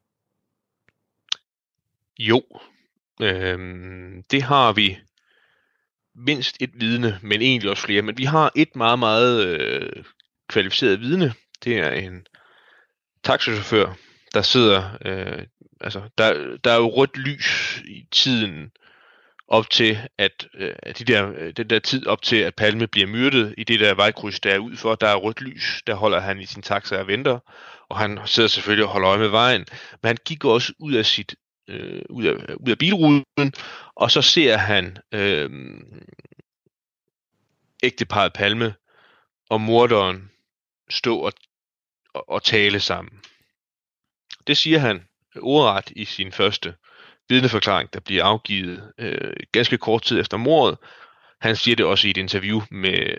Jo. Det har vi mindst et vidne, men egentlig også flere. Men vi har et meget, meget kvalificeret vidne. Det er en taxichauffør, der sidder... der er jo rødt lys i tiden op til, at den der tid op til, at Palme bliver myrdet i det der vejkryds, der er ud for, der er rødt lys, der holder han i sin taxa og venter, og han sidder selvfølgelig og holder øje med vejen, men han kigger også ud af ud af bilruden, og så ser han ægteparret Palme og morderen stå og tale sammen. Det siger han ordret i sin første vidneforklaring, der bliver afgivet ganske kort tid efter mordet. Han siger det også i et interview med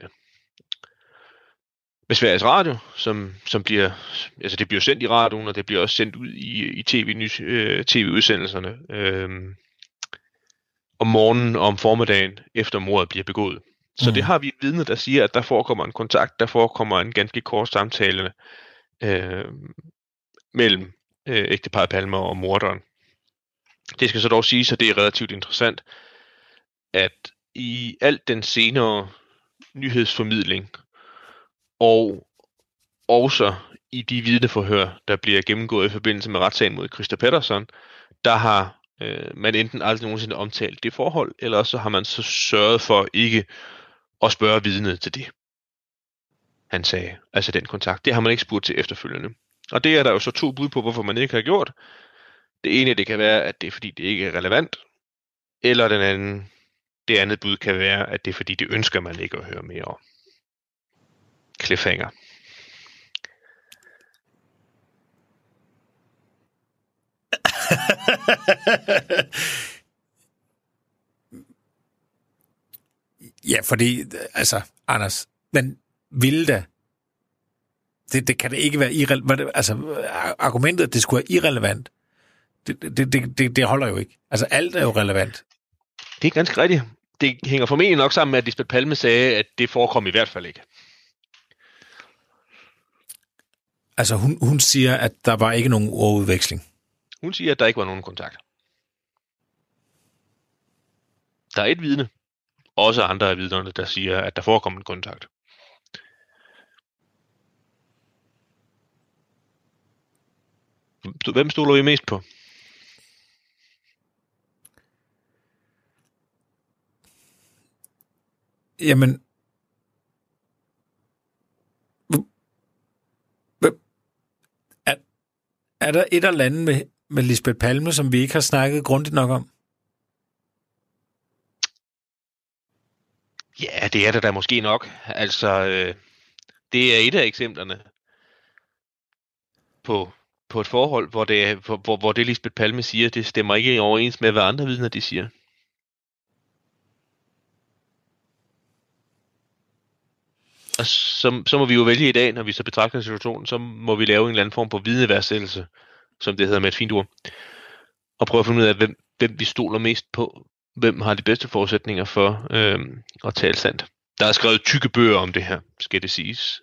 Sveriges Radio, som bliver, altså det bliver sendt i radioen, og det bliver også sendt ud i tv-udsendelserne om morgenen og om formiddagen, efter mordet bliver begået. Så det har vi et vidne, der siger, at der forekommer en kontakt, der forekommer en ganske kort samtale mellem ægteparret Palme og morderen. Det skal så dog siges, at det er relativt interessant, at i alt den senere nyhedsformidling, og også i de vidneforhør, der bliver gennemgået i forbindelse med retssagen mod Christer Pettersson, der har man enten aldrig nogensinde omtalt det forhold, eller også har man så sørget for ikke at spørge vidnet til det, han sagde. Altså den kontakt. Det har man ikke spurgt til efterfølgende. Og det er der jo så 2 bud på, hvorfor man ikke har gjort. Det ene, det kan være, at det er fordi, det ikke er relevant. Eller det andet bud kan være, at det er fordi, det ønsker man ikke at høre mere om. Cliffhanger. Ja, fordi, altså, Anders, men ville da? Det kan det ikke være irrelevant. Altså, argumentet, at det skulle være irrelevant, det holder jo ikke. Altså, alt er jo relevant. Det er ganske rigtigt. Det hænger formentlig nok sammen med, at Lisbeth Palme sagde, at det forekom i hvert fald ikke. Altså, hun siger, at der var ikke nogen ordudveksling. Hun siger, at der ikke var nogen kontakt. Der er et vidne. Også andre af vidnerne, der siger, at der forekom en kontakt. Hvem stoler I mest på? Jamen, er der et eller andet med Lisbeth Palme, som vi ikke har snakket grundigt nok om? Ja, det er det da måske nok. Altså, det er et af eksemplerne på et forhold, hvor det Lisbeth Palme siger, det stemmer ikke overens med, hvad andre vidner de siger. Og så må vi jo vælge i dag, når vi så betragter situationen, så må vi lave en eller anden form for vidneværdsættelse, som det hedder med et fint ord, og prøve at finde ud af, hvem vi stoler mest på, hvem har de bedste forudsætninger for at tale sandt. Der er skrevet tykke bøger om det her, skal det siges.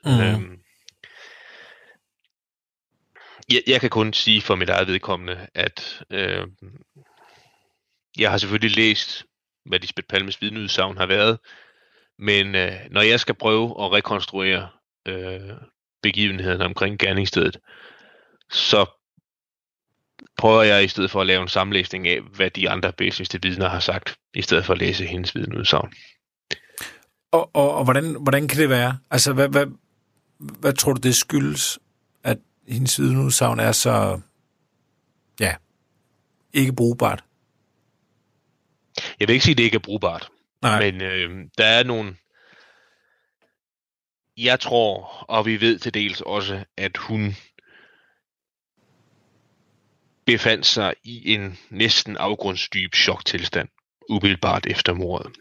Jeg kan kun sige for mit eget vedkommende, at jeg har selvfølgelig læst, hvad Lisbeth Palmes vidneudsagn har været, men når jeg skal prøve at rekonstruere begivenhederne omkring gerningsstedet, så prøver jeg i stedet for at lave en sammenlæsning af, hvad de andre væsentligste vidner har sagt, i stedet for at læse hendes vidneudsagn. Og hvordan kan det være? Altså, hvad tror du, det skyldes, at hendes vidneudsagn er så, ja, ikke brugbart? Jeg vil ikke sige, at det ikke er brugbart. Nej. Men der er nogle... Jeg tror, og vi ved til dels også, at hun befandt sig i en næsten afgrundsdyb choktilstand, umiddelbart efter mordet.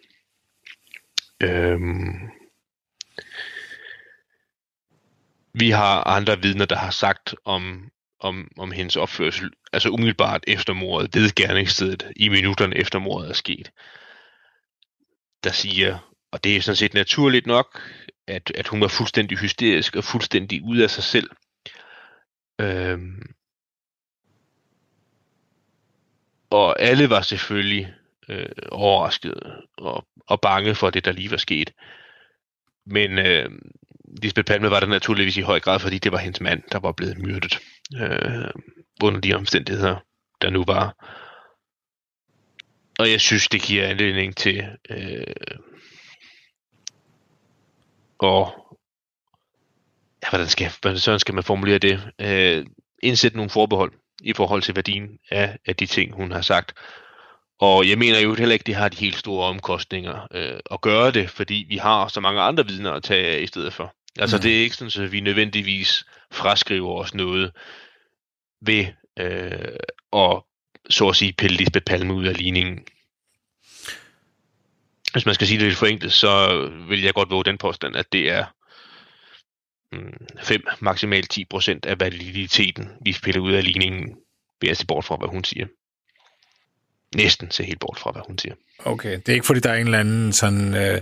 Vi har andre vidner, der har sagt om hendes opførsel, altså umiddelbart efter mordet, ved gerningsstedet, i minutterne efter mordet er sket, der siger, og det er sådan set naturligt nok, at hun var fuldstændig hysterisk og fuldstændig ude af sig selv. Og alle var selvfølgelig overraskede og bange for det, der lige var sket. Men Lisbeth Palme var der naturligvis i høj grad, fordi det var hendes mand, der var blevet myrdet under de omstændigheder, der nu var. Og jeg synes, det giver anledning til hvordan skal man formulere det? Indsætte nogle forbehold i forhold til værdien af de ting, hun har sagt. Og jeg mener jo heller ikke, det har de helt store omkostninger at gøre det, fordi vi har så mange andre vidner at tage af i stedet for. Altså det er ikke sådan, at vi nødvendigvis fraskriver os noget ved at så at sige pille Lisbeth Palme ud af ligningen. Hvis man skal sige det lidt forenklet, så vil jeg godt våge den påstand, at det er 5, maksimalt 10% af validiteten, vi piller ud af ligningen, ved at se bort fra, hvad hun siger. Næsten se helt bort fra, hvad hun siger. Okay, det er ikke fordi, der er en eller anden sådan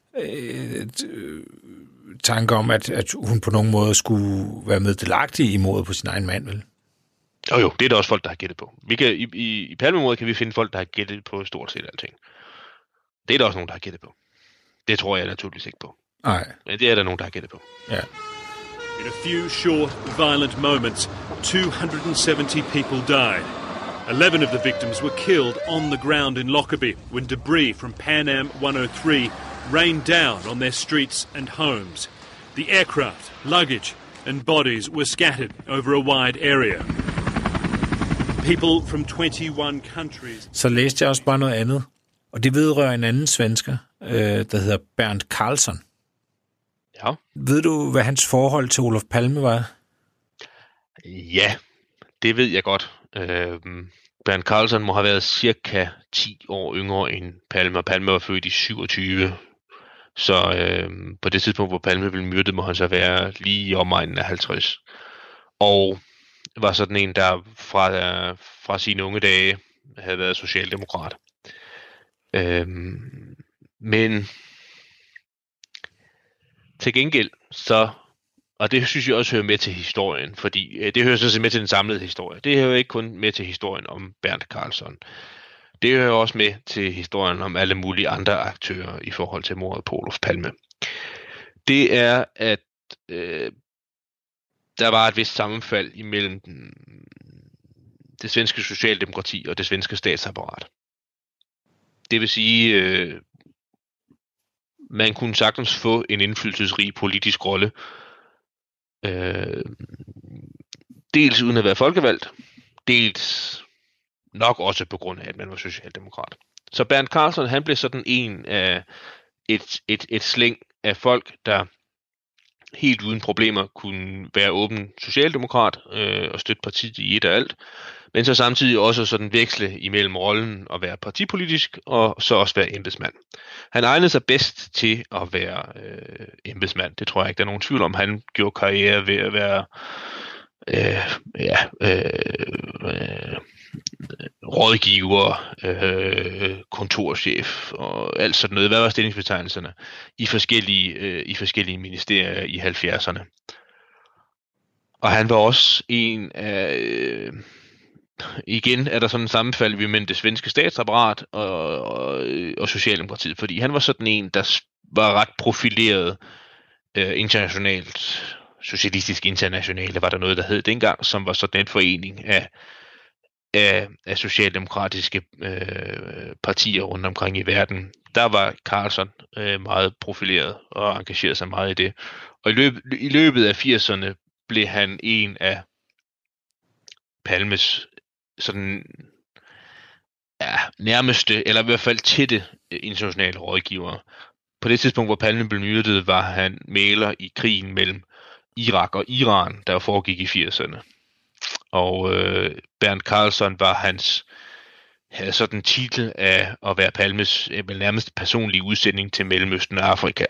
tanke om, at hun på nogen måde skulle være meddelagtig i mordet på sin egen mand, vel? Jo, det er der også folk, der har gættet på. Vi kan, i Palmemordet kan vi finde folk, der har gættet på stort set alting. Det er der også nogen, der har gættet på. Det tror jeg naturligvis ikke på. Nej. Men det er der nogen, der har gættet på. Ja. In a few short, violent moments, 270 people died. 11 of the victims were killed on the ground in Lockerbie when debris from Pan Am 103 rained down on their streets and homes. The aircraft, luggage and bodies were scattered over a wide area. People from 21 countries... Så læste jeg også bare noget andet, og det vedrører en anden svensker, der hedder Bernd Karlsson. Ja. Ved du, hvad hans forhold til Olof Palme var? Ja, det ved jeg godt. Bernd Karlsson må have været cirka 10 år yngre end Palme, og Palme var født i 27. Så på det tidspunkt, hvor Palme blev myrdet, må han så være lige i omegnen af 50. Og var sådan en, der fra sine unge dage havde været socialdemokrat. Men til gengæld så, og det synes jeg også hører med til historien, fordi det hører så med til den samlede historie. Det hører ikke kun med til historien om Bernd Karlsson. Det hører også med til historien om alle mulige andre aktører i forhold til mordet på Olof Palme. Det er, at der var et vist sammenfald imellem det svenske socialdemokrati og det svenske statsapparat. Det vil sige, man kunne sagtens få en indflydelsesrig politisk rolle. Dels uden at være folkevalgt, dels nok også på grund af, at man var socialdemokrat. Så Bernd Carlson, han blev sådan en af et slæng af folk, der helt uden problemer kunne være åben socialdemokrat og støtte partiet i et og alt, men så samtidig også sådan veksle imellem rollen at være partipolitisk og så også være embedsmand. Han egnede sig bedst til at være embedsmand. Det tror jeg ikke, der er nogen tvivl om. Han gjorde karriere ved at være rådgiver, kontorchef og alt sådan noget. Hvad var stillingsbetegnelserne i forskellige ministerier i 70'erne. Og han var også en af igen er der sådan en sammenfald mellem det svenske statsapparat og Socialdemokratiet, fordi han var sådan en, der var ret profileret internationalt. Socialistisk Internationale var der noget, der hed dengang, som var sådan en forening af socialdemokratiske partier rundt omkring i verden. Der var Carlson meget profileret og engagerede sig meget i det. Og i løbet af 80'erne blev han en af Palmes sådan nærmeste, eller i hvert fald tætte internationale rådgivere. På det tidspunkt, hvor Palme blev myrdet, var han mægler i krigen mellem Irak og Iran, der foregik i 80'erne. Og Bernd Carlson havde sådan en titel af at være Palmes nærmest personlige udsending til Mellemøsten og Afrika.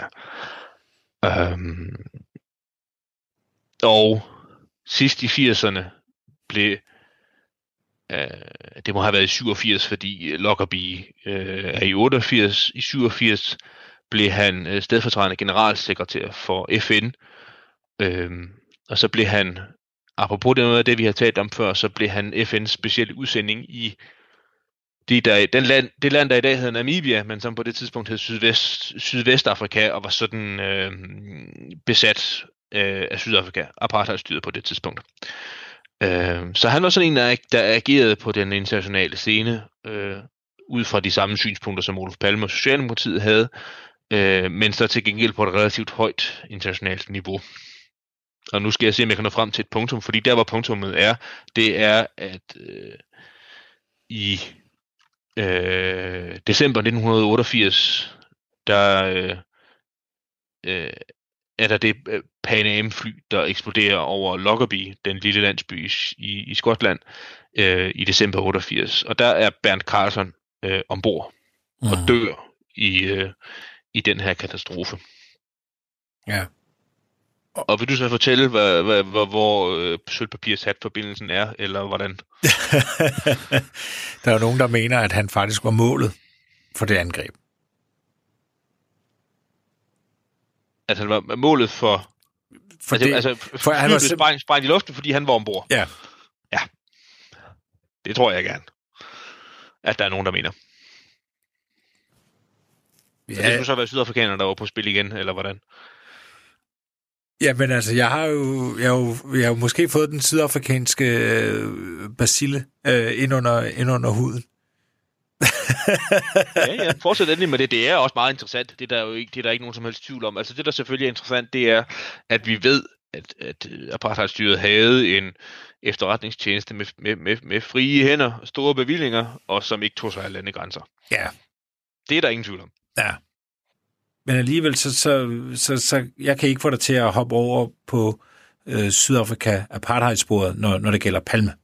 Og sidst i 80'erne blev det må have været i 87, fordi Lockerbie er i 88. I 87 blev han stedfortrædende generalsekretær for FN. Og så blev han, apropos det vi har talt om før, så blev han FN's specielle udsending i det land, der i dag hedder Namibia, men som på det tidspunkt hed Sydvestafrika, og var sådan besat af Sydafrika, apartheidstyret på det tidspunkt. Så han var sådan en, der agerede på den internationale scene, ud fra de samme synspunkter, som Olof Palme og Socialdemokratiet havde, men så til gengæld på et relativt højt internationalt niveau. Og nu skal jeg se, om jeg kan nå frem til et punktum, fordi der, hvor punktummet er, det er, at i december 1988, der er der det Pan Am-fly, der eksploderer over Lockerbie, den lille landsby i Skotland, i december 88. Og der er Bernd Carlson ombord og dør i den her katastrofe. Ja. Og vil du så fortælle, hvor sølvpapirshat-forbindelsen er, eller hvordan? Der er jo nogen, der mener, at han faktisk var målet for det angreb. At han var målet for han var sprængt i luften, fordi han var ombord. Ja. Ja. Det tror jeg gerne, at der er nogen, der mener. Ja. Så det skulle så være sydafrikanerne, der var på spil igen, eller hvordan? Ja, men altså, jeg har jo måske fået den sydafrikanske bacille ind under huden. Ja, fortsæt endelig med det. Det er også meget interessant. Det er der ikke nogen som helst tvivl om. Altså det, der selvfølgelig er interessant, det er, at vi ved, at apartheidstyret havde en efterretningstjeneste med frie hænder, store bevillinger, og som ikke tog sig af landegrænser. Ja. Det er der ingen tvivl om. Ja. Men alligevel, så jeg kan ikke få dig til at hoppe over på Sydafrika apartheidsporet, når det gælder Palme.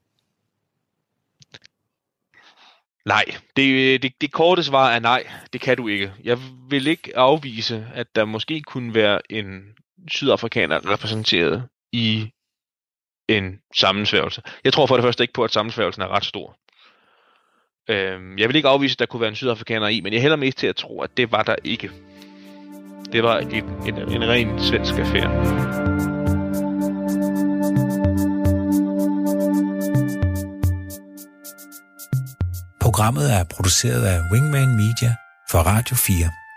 Nej, det korte svar er nej, det kan du ikke. Jeg vil ikke afvise, at der måske kunne være en sydafrikaner repræsenteret i en sammensværgelse. Jeg tror for det første ikke på, at sammensværgelsen er ret stor. Jeg vil ikke afvise, at der kunne være en sydafrikaner i, men jeg hælder mest til at tro, at det var der ikke. Det var en ren svensk affære. Programmet er produceret af Wingman Media for Radio 4.